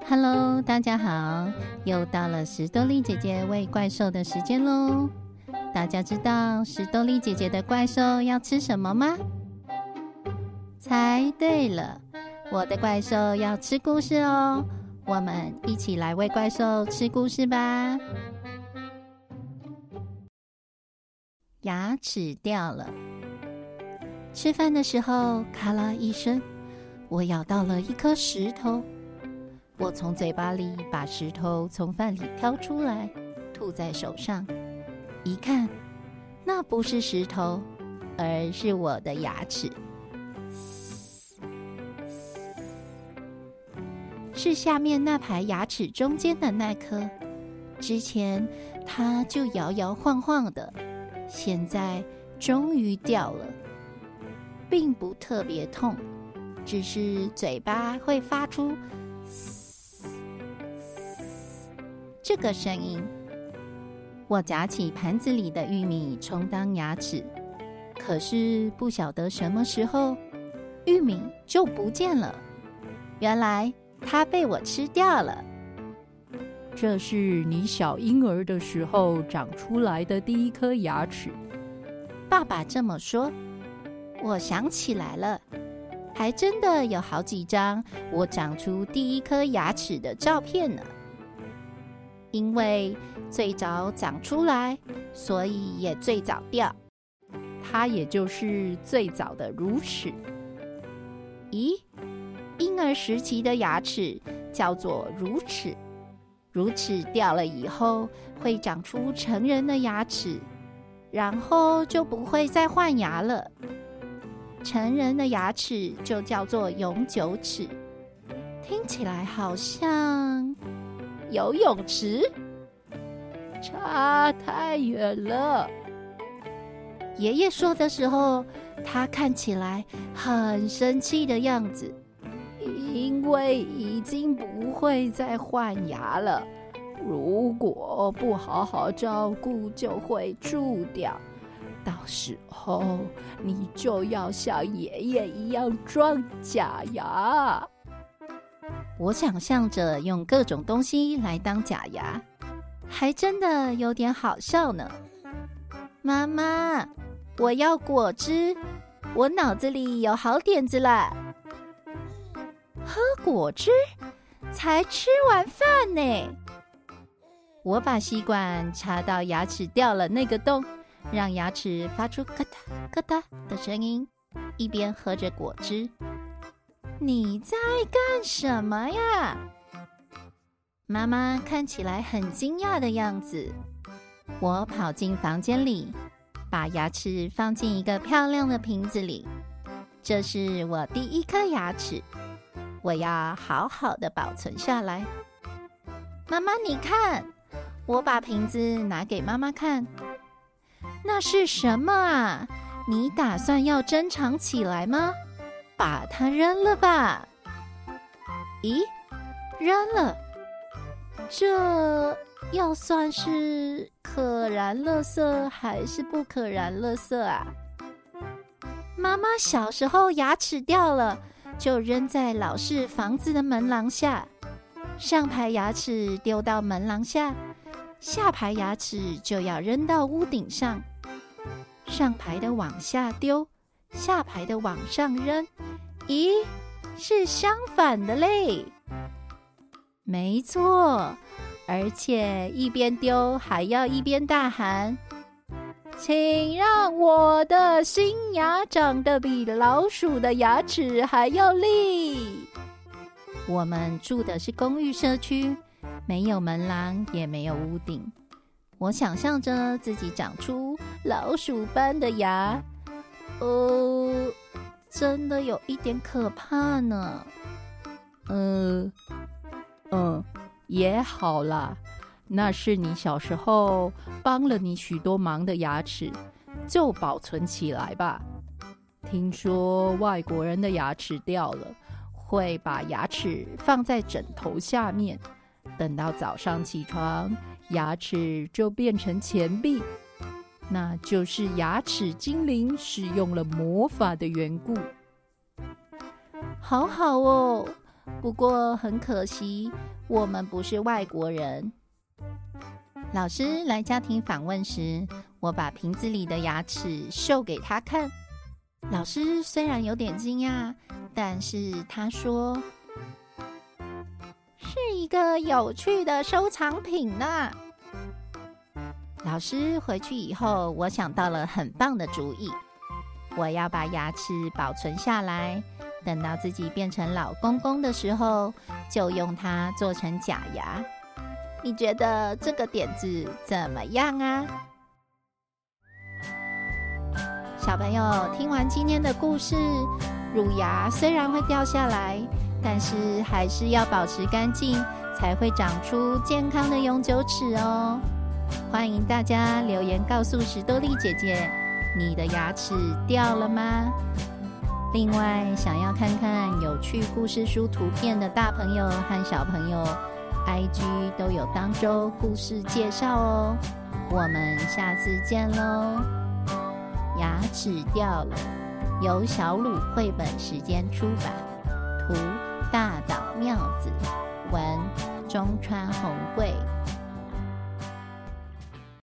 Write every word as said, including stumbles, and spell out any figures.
Hello， 大家好，又到了史多利姐姐喂怪兽的时间咯。大家知道史多利姐姐的怪兽要吃什么吗？猜对了，我的怪兽要吃故事哦。我们一起来喂怪兽吃故事吧。牙齿掉了。吃饭的时候，咔啦一声，我咬到了一颗石头。我从嘴巴里把石头从饭里挑出来，吐在手上。一看，那不是石头，而是我的牙齿。是下面那排牙齿中间的那颗。之前它就摇摇晃晃的，现在终于掉了。并不特别痛，只是嘴巴会发出这个声音。我夹起盘子里的玉米充当牙齿，可是不晓得什么时候玉米就不见了，原来它被我吃掉了。 这是你小婴儿的时候长出来的第一颗牙齿。 爸爸这么说。我想起来了，还真的有好几张我长出第一颗牙齿的照片呢。因为最早长出来，所以也最早掉， 它也就是最早的乳齿。 咦，婴儿时期的牙齿叫做乳齿，乳齿掉了以后会长出成人的牙齿，然后就不会再换牙了。成人的牙齿就叫做永久齿，听起来好像游泳池， 差太远了。 爷爷说的时候，他看起来很生气的样子， 因为已经不会再换牙了，如果不好好照顾，就会蛀掉。到时候你就要像爷爷一样装假牙。 我想象着用各种东西来当假牙，还真的有点好笑呢。妈妈，我要果汁，我脑子里有好点子啦。喝果汁？才吃完饭呢。我把吸管插到牙齿掉了那个洞，让牙齿发出咔嗒咔嗒的声音，一边喝着果汁。你在干什么呀？妈妈看起来很惊讶的样子。我跑进房间里，把牙齿放进一个漂亮的瓶子里。这是我第一颗牙齿，我要好好的保存下来。妈妈，你看，我把瓶子拿给妈妈看。那是什么啊？你打算要珍藏起来吗？把它扔了吧。咦，扔了？这要算是可燃垃圾还是不可燃垃圾啊？妈妈小时候牙齿掉了，就扔在老式房子的门廊下。上排牙齿丢到门廊下，下排牙齿就要扔到屋顶上。上排的往下丢，下排的往上扔。咦，是相反的嘞。没错，而且一边丢还要一边大喊，请让我的新牙长得比老鼠的牙齿还要利。我们住的是公寓社区，没有门廊，也没有屋顶。我想象着自己长出老鼠般的牙，呃，真的有一点可怕呢。 呃，嗯，也好啦，那是你小时候帮了你许多忙的牙齿，就保存起来吧。听说外国人的牙齿掉了，会把牙齿放在枕头下面，等到早上起床，牙齿就变成钱币，那就是牙齿精灵使用了魔法的缘故。 好好哦， 不过很可惜，我们不是外国人。老师来家庭访问时，我把瓶子里的牙齿秀给他看。老师虽然有点惊讶，但是他说，是一个有趣的收藏品呢。老师回去以后，我想到了很棒的主意，我要把牙齿保存下来，等到自己变成老公公的时候，就用它做成假牙。你觉得这个点子怎么样啊？小朋友，听完今天的故事，乳牙虽然会掉下来，但是还是要保持干净，才会长出健康的永久齿哦。欢迎大家留言告诉史多利姐姐，你的牙齿掉了吗？另外，想要看看有趣故事书图片的大朋友和小朋友，I G 都有当周故事介绍哦。我们下次见喽！牙齿掉了，由小鲁绘本时间出版，图大岛妙子，文中川宏贵。